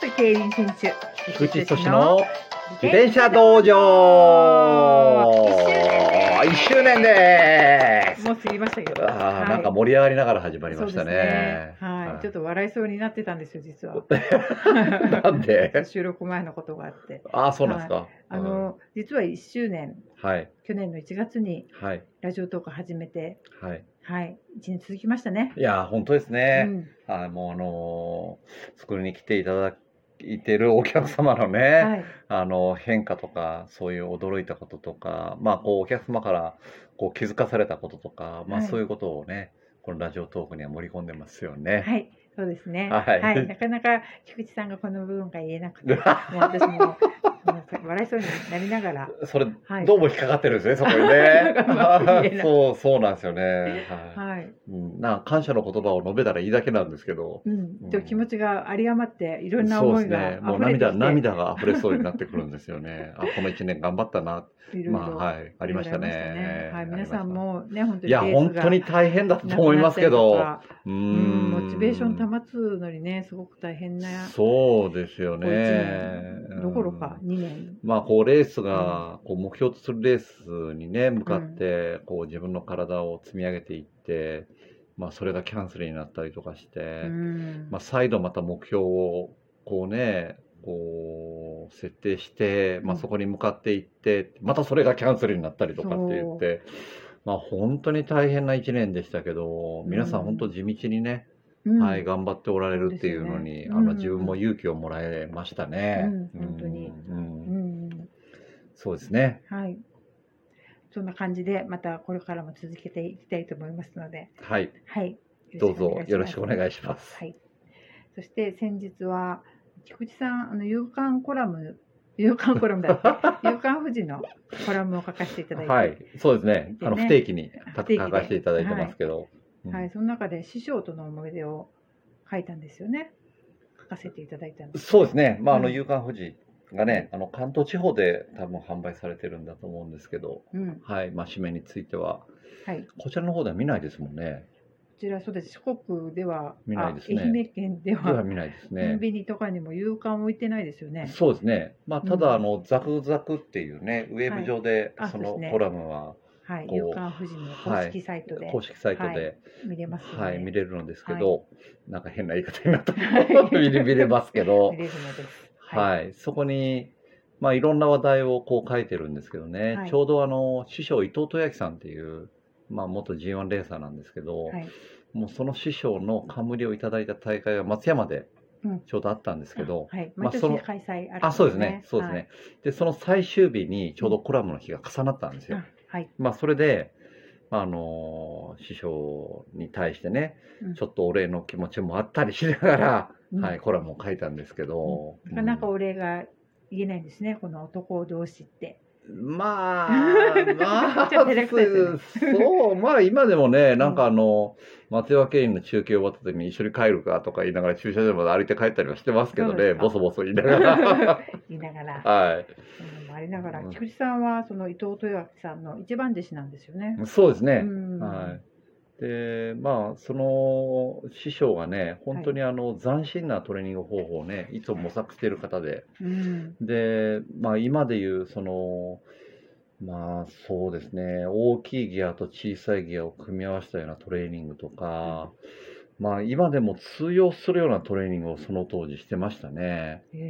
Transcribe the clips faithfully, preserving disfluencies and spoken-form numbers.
元競輪選手菊池俊の自転車道場いっしゅうねんです。 もう過ぎましたけど、 あ、 はい、 なんか盛り上がりながら始まりましたね。 ね、はい、はい、ちょっと笑いそうになってたんですよ実は。 なんで？ 収録前のことがあって。 あ、そうなんですか。はい、 あの実はいっしゅうねん、はい、去年のいちがつにラジオトーク始めて、はいはい、いちねん続きましたね。 いや本当ですね。うん、あもうあのー、作りに来ていただいてるお客様のね、はい、あの変化とかそういう驚いたこととか、まあこうお客様からこう気づかされたこととか、まあそういうことをね、はい、このラジオトークには盛り込んでますよね。 はい、そうですね。 はい、 はい、なかなか菊池さんがこの部分が言えなくて、もう私も笑いそうになりながら、 それ、はい、どうも引っかかってるんですね、そこにね。そう、そうなんですよね。はい。はい、うん、な感謝の言葉を述べたらいいだけなんですけど、 うん、と気持ちが有り余っていろんな思いが溢れてきて、そうですね、もう涙涙が溢れそうになってくるんですよね。あ、この一年頑張ったな。まあはい、ありましたね。 はい、皆さんもね本当にいや本当に大変だと思いますけど、 うん、モチベーション保つのにねすごく大変な。 そうですよね。 どころかにねん。 まあこうレースがこう目標とするレースにね向かってこう自分の体を積み上げていって、まあそれがキャンセルになったりとかして、まあ再度また目標をこうねこう設定して、まあそこに向かっていって、またそれがキャンセルになったりとかって言って、まあ本当に大変な一年でしたけど、皆さん本当地道にね。うん、はい、頑張っておられるっていうのに、ね、あの自分も勇気をもらえましたね。 うん、本当に、うんうん。そうですね。 はい。そんな感じでまたこれからも続けていきたいと思いますので、 はい。 はい。 どうぞよろしくお願いします。 はい。そして先日は菊池さんあの夕刊コラム夕刊コラムだって夕刊富士のコラムを書かせていただいて、 はい、そうですね。あの不定期に書かせていただいてますけど。 はい、その中で師匠との思い出を書いたんですよね。書かせていただいたんです。 そうですね。まあ、あの、夕刊富士がね、あの、関東地方で多分販売されてるんだと思うんですけど、うん、はい、まあ、紙面については、はい、こちらの方では見ないですもんね。 こちらそうです。四国では、 見ないですね。 愛媛県では、 では見ないですね。 コンビニとかにも夕刊置いてないですよね。 そうですね。まあ、ただ、あの、ザクザクっていうね、ウェブ上で、そのコラムは、 はい、夕刊富士の公式サイトで、 はい、公式サイトで、はい、 見れますので、 はい、見れるんですけど、はい、なんか変な言い方になった見れ見れますけど、 見れるのです。 はい、はい、そこにまあいろんな話題をこう書いてるんですけどね、はい、ちょうどあの師匠伊藤豊明さんっていうまあ元 ジーワン レーサーなんですけど、はい、もうその師匠の冠をいただいた大会が松山でちょうどあったんですけど、 うん、はい、毎年開催あるんですね。 あ、そうですね、そうですね。はい、でその最終日にちょうどコラムの日が重なったんですよ。うん、はい、まあそれで。あの師匠に対してね、うん、ちょっとお礼の気持ちもあったりしながら、うん、はい、コラムを書いたんですけど、 うん、なかなかお礼が言えないんですね、この男同士って。 まあ、まあ、そう、まあ今でもね、なんかあの、松山競輪の中継終わった時に一緒に帰るかとか言いながら駐車場まで歩いて帰ったりはしてますけどね、ボソボソ言いながら。 言いながら。 はい。 ありながら、菊池さんはその伊藤豊明さんの一番弟子なんですよね。 そうですね。はい。で、まあ、その師匠がね、本当にあの、斬新なトレーニング方法をね、いつも模索している方で、うん、で、まあ今でいう、その、まあそうですね、大きいギアと小さいギアを組み合わせたようなトレーニングとか、うん、まあ今でも通用するようなトレーニングをその当時してましたね。うん、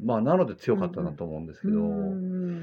まあなので強かったなと思うんですけど、うんうん、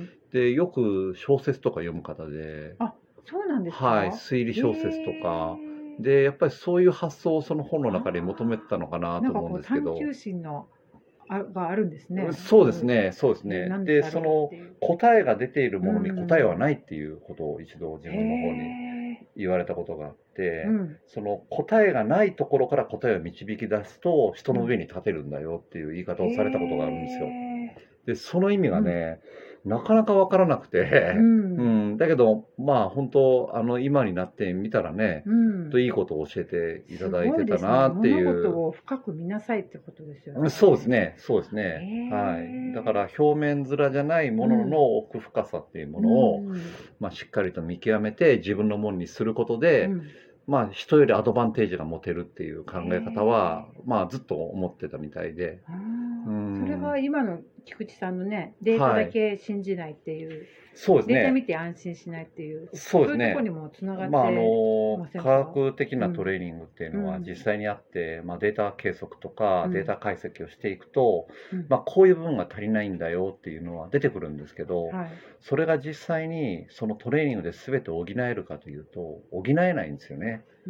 で、よく小説とか読む方で、 あ、そうなんですか？ はい、推理小説とか、で、やっぱりそういう発想をその本の中に求めてたのかなと思うんですけど。 探求心のあがあるんですね。 そうですね、そうですね。で、その答えが出ているものに答えはないっていうことを一度自分の方に言われたことがあって、うん、その答えがないところから答えを導き出すと人の上に立てるんだよっていう言い方をされたことがあるんですよ。で、その意味がね、うん、なかなかわからなくて、うん、うん、だけど、まあ本当、あの、今になってみたらね、うん、といいことを教えていただいてたなっていう。 すごいですね。物事を深く見なさいってことですよね。 そうですね、そうですね。はい。だから表面面じゃないものの奥深さっていうものを、うん、まあしっかりと見極めて自分のものにすることで、うん、 まあ人よりアドバンテージが持てるっていう考え方は、まあずっと思ってたみたいで。 うん、それは今の菊池さんのね、データだけ信じないっていう、はい、そうですね、データ見て安心しないっていう、 そうですね、 そういうところにもつながってまあ、あの科学的なトレーニングっていうのは実際にあって、うん、まあ、データ計測とかデータ解析をしていくと、うん、まあ、こういう部分が足りないんだよっていうのは出てくるんですけど、はい、それが実際にそのトレーニングで全て補えるかというと補えないんですよね。うん、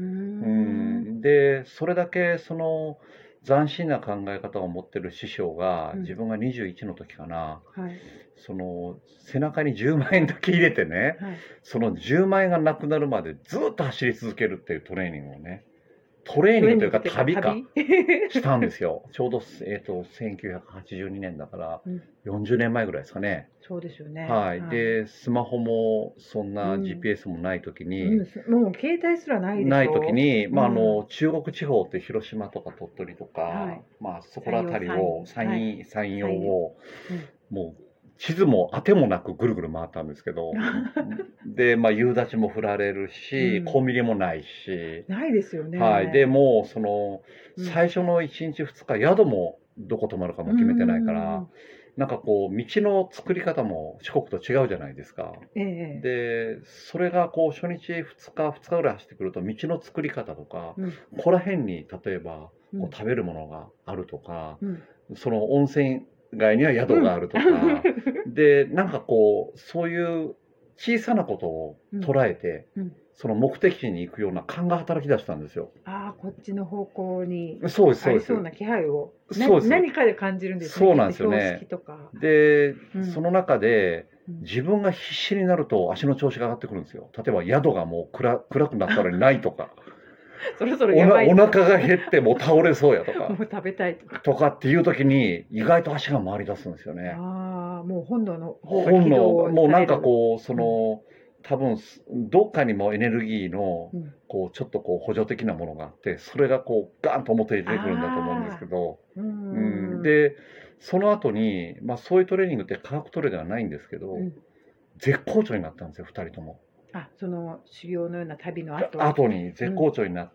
でそれだけその斬新な考え方を持ってる師匠が、うん、自分がにじゅういちの時かな、はい、その背中にじゅうまんえんだけ入れてね、はい、そのじゅうまんえんがなくなるまでずっと走り続けるっていうトレーニングをね、トレーニングというか旅かしたんですよ。ちょうど、えーと、せんきゅうひゃくはちじゅうにねんだからよんじゅうねんまえぐらいですかね。 そうですよね。 はい。はい、で、スマホもそんな ジーピーエス もない時に、 うんうん、もう携帯すらないでしょ。 ない時に、まあ、あの、中国地方って広島とか鳥取とか、はい、まあそこら辺りを山陰、山陰を、もう地図も当てもなくぐるぐる回ったんですけど、で、まあ、夕立も降られるし、うん、コンビニもないし。 ないですよね。 はい。で、もう、その、最初のいちにちふつか、宿もどこ泊まるかも決めてないから、なんかこう、道の作り方も四国と違うじゃないですか。ええ、で、それがこう、初日ふつか、ふつかぐらい走ってくると、道の作り方とか、うん、ここら辺に、例えば、こう食べるものがあるとか、うん、その温泉、街には宿があるとか、うん、でなんかこうそういう小さなことを捉えて、うんうん、その目的地に行くような勘が働き出したんですよ。 ああ、こっちの方向にありそうですそうな気配を何かで感じるんですね。そうなんですよね。 標識とかで、うん、その中で自分が必死になると足の調子が上がってくるんですよ。例えば宿がもう 暗, 暗くなったのにないとか。 そろそろやばいおなお腹が減ってもう倒れそうやとかもう食べたいとかとかっていう時に意外と足が回り出すんですよね。 ああ、もう本能の方が本能、もうなんかこうその、うん、多分どっかにもエネルギーの、うん、こうちょっとこう補助的なものがあってそれがこうガンと表に出てくるんだと思うんですけど、うん、うん、でその後にまあそういうトレーニングって科学トレではないんですけど、うん、絶好調になったんですよふたりとも。 あ、その修行のような旅の後後に絶好調になって、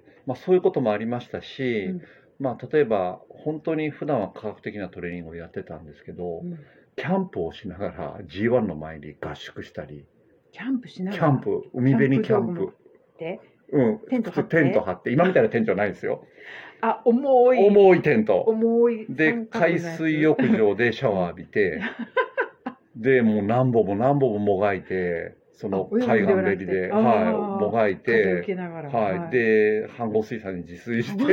うん、はい、まあ、そういうこともありましたし、うん、まあ、例えば本当に普段は科学的なトレーニングをやってたんですけど、うん、キャンプをしながら ジーワン の前に合宿したり、 キャンプしながらキャンプ、海辺にキャンプで、 うん、テント張って、テント張って、今みたいなテントじゃないですよ。 あ、重い重いテント重いで海水浴場でシャワー浴びてでもう何本も何本ももがいて、その海岸べりで、はい、もがいて、はい、で、飯合水産に自炊して、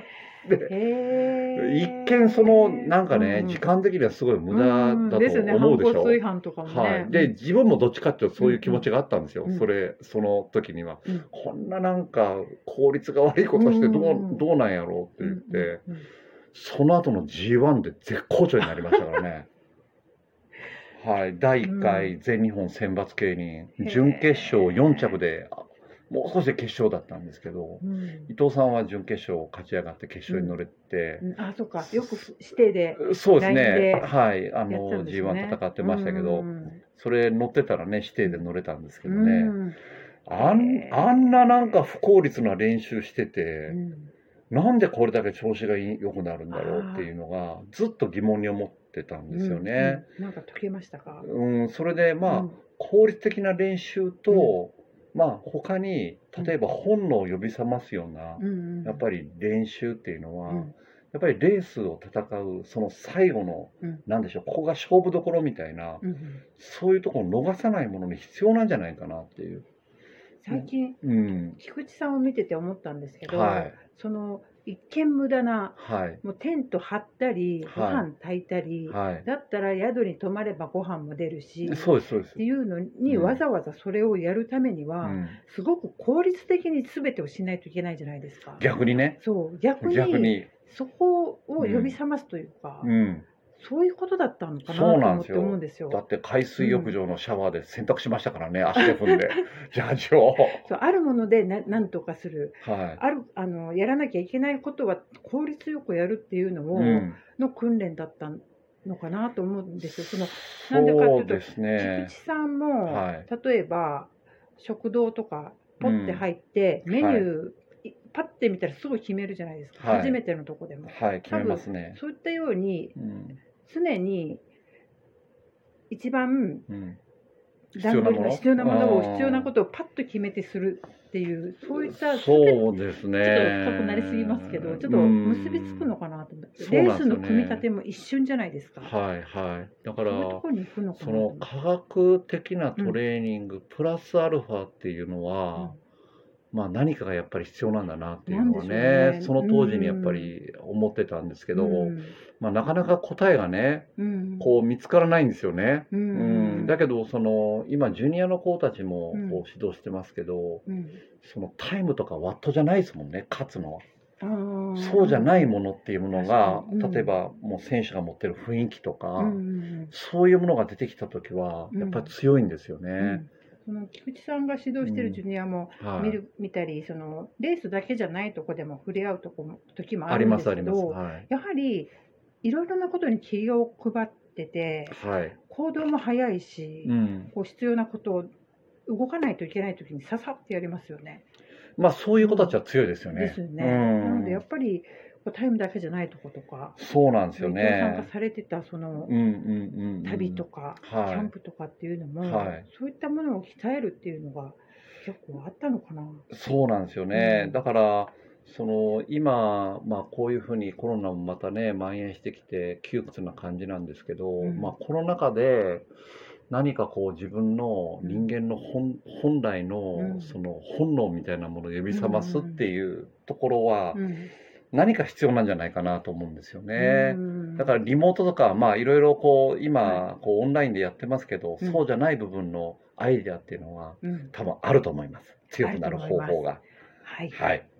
で、一見その、なんかね、時間的にはすごい無駄だと思うでしょ。はい。で、自分もどっちかっていうとそういう気持ちがあったんですよ。それ、その時には。こんななんか効率が悪いことしてどう、どうなんやろうって言って、その後の ジーワン で絶好調になりましたからね。はい、だいいっかい全日本選抜競輪、うん、準決勝よん着でもう少しで決勝だったんですけど、うん、伊藤さんは準決勝勝ち上がって決勝に乗れて、 うんうん、あ、そうか、よく指定でそうですね、はい、あの ジーワン 戦ってましたけど、うん、それ乗ってたらね指定で乗れたんですけどね、うん、あんあんななんか不効率な練習してて、なんでこれだけ調子が良くなるんだろうっていうのがずっと疑問に思ってたんですよね。 うんうん、なんか解けましたか？ うん、それでまあ、うん、効率的な練習と、うん、まあ他に例えば本能を呼び覚ますような、うん、やっぱり練習っていうのは、うん、やっぱりレースを戦うその最後の、うん、なんでしょう、ここが勝負どころみたいな、うん、そういうところを逃さないものに必要なんじゃないかなっていう。 最近、うん、菊池さんを見てて思ったんですけど、はい、その一見無駄な、はい、もうテント張ったりご飯炊いたり、はい、だったら宿に泊まればご飯も出るし、 そうですそうですっていうのに、うん、わざわざそれをやるためには、うん、すごく効率的に全てをしないといけないじゃないですか。 逆にね。 そう、逆に、逆にそこを呼び覚ますというか、うんうんそういうことだったのかなと思って思うんですよ。 だって海水浴場のシャワーで洗濯しましたからね、うん、足で踏んでジャージをそうあるものでな何とかする、はい、あるあのやらなきゃいけないことは効率よくやるっていうのを、うん、の訓練だったのかなと思うんですよ。そのなんでかというと、菊池さんも、はい、例えば食堂とかポッて入って、うん、メニュー、はい、パッて見たらすぐ決めるじゃないですか、はい、初めてのとこでも。 はい、決めますね。 そういったように、うん、常に一番、うん段取りの必要なものを必要なことをパッと決めてするっていうそういったそうですね。 ちょっと深くなりすぎますけど、ちょっと結びつくのかなと思って、レースの組み立ても一瞬じゃないですか。 はいはい。だからその科学的なトレーニング、うん、プラスアルファっていうのは、うん、まあ何かがやっぱり必要なんだなっていうのは ね, ねその当時にやっぱり思ってたんですけど、うんまあ、なかなか答えがね、うん、こう見つからないんですよね、うんうん、だけどその今ジュニアの子たちもこう指導してますけど、うん、そのタイムとかワットじゃないですもんね、勝つのは。そうじゃないものっていうものが、うん、例えばもう選手が持ってる雰囲気とか、うん、そういうものが出てきた時はやっぱり強いんですよね、うんその菊池さんが指導しているジュニアも見る、うんはい、見たりそのレースだけじゃないとこでも触れ合うとこも時もあるんですけど、はい、やはりいろいろなことに気を配ってて、はい、行動も早いし、うん、こう必要なことを動かないといけない時にささってやりますよね。 まあそういう子たちは強いですよね。 ですよね。うん、なのでやっぱりタイムだけじゃないとことか、 そうなんですよね。 参加されてたその旅とか、キャンプとかっていうのも、はい、そういったものを鍛えるっていうのが結構あったのかな。 そうなんですよね。うん、だからその今、まあ、こういうふうにコロナもまたね蔓延してきて窮屈な感じなんですけど、うん、まあ、コロナ禍で何かこう自分の人間の 本,、うん、本来のその本能みたいなものを呼び覚ますっていうところは、うんうん何か必要なんじゃないかなと思うんですよね。だからリモートとか、まあいろいろこう今こうオンラインでやってますけど、うん、そうじゃない部分のアイデアっていうのは、うん、多分あると思います。強くなる方法が。 はい。 はい。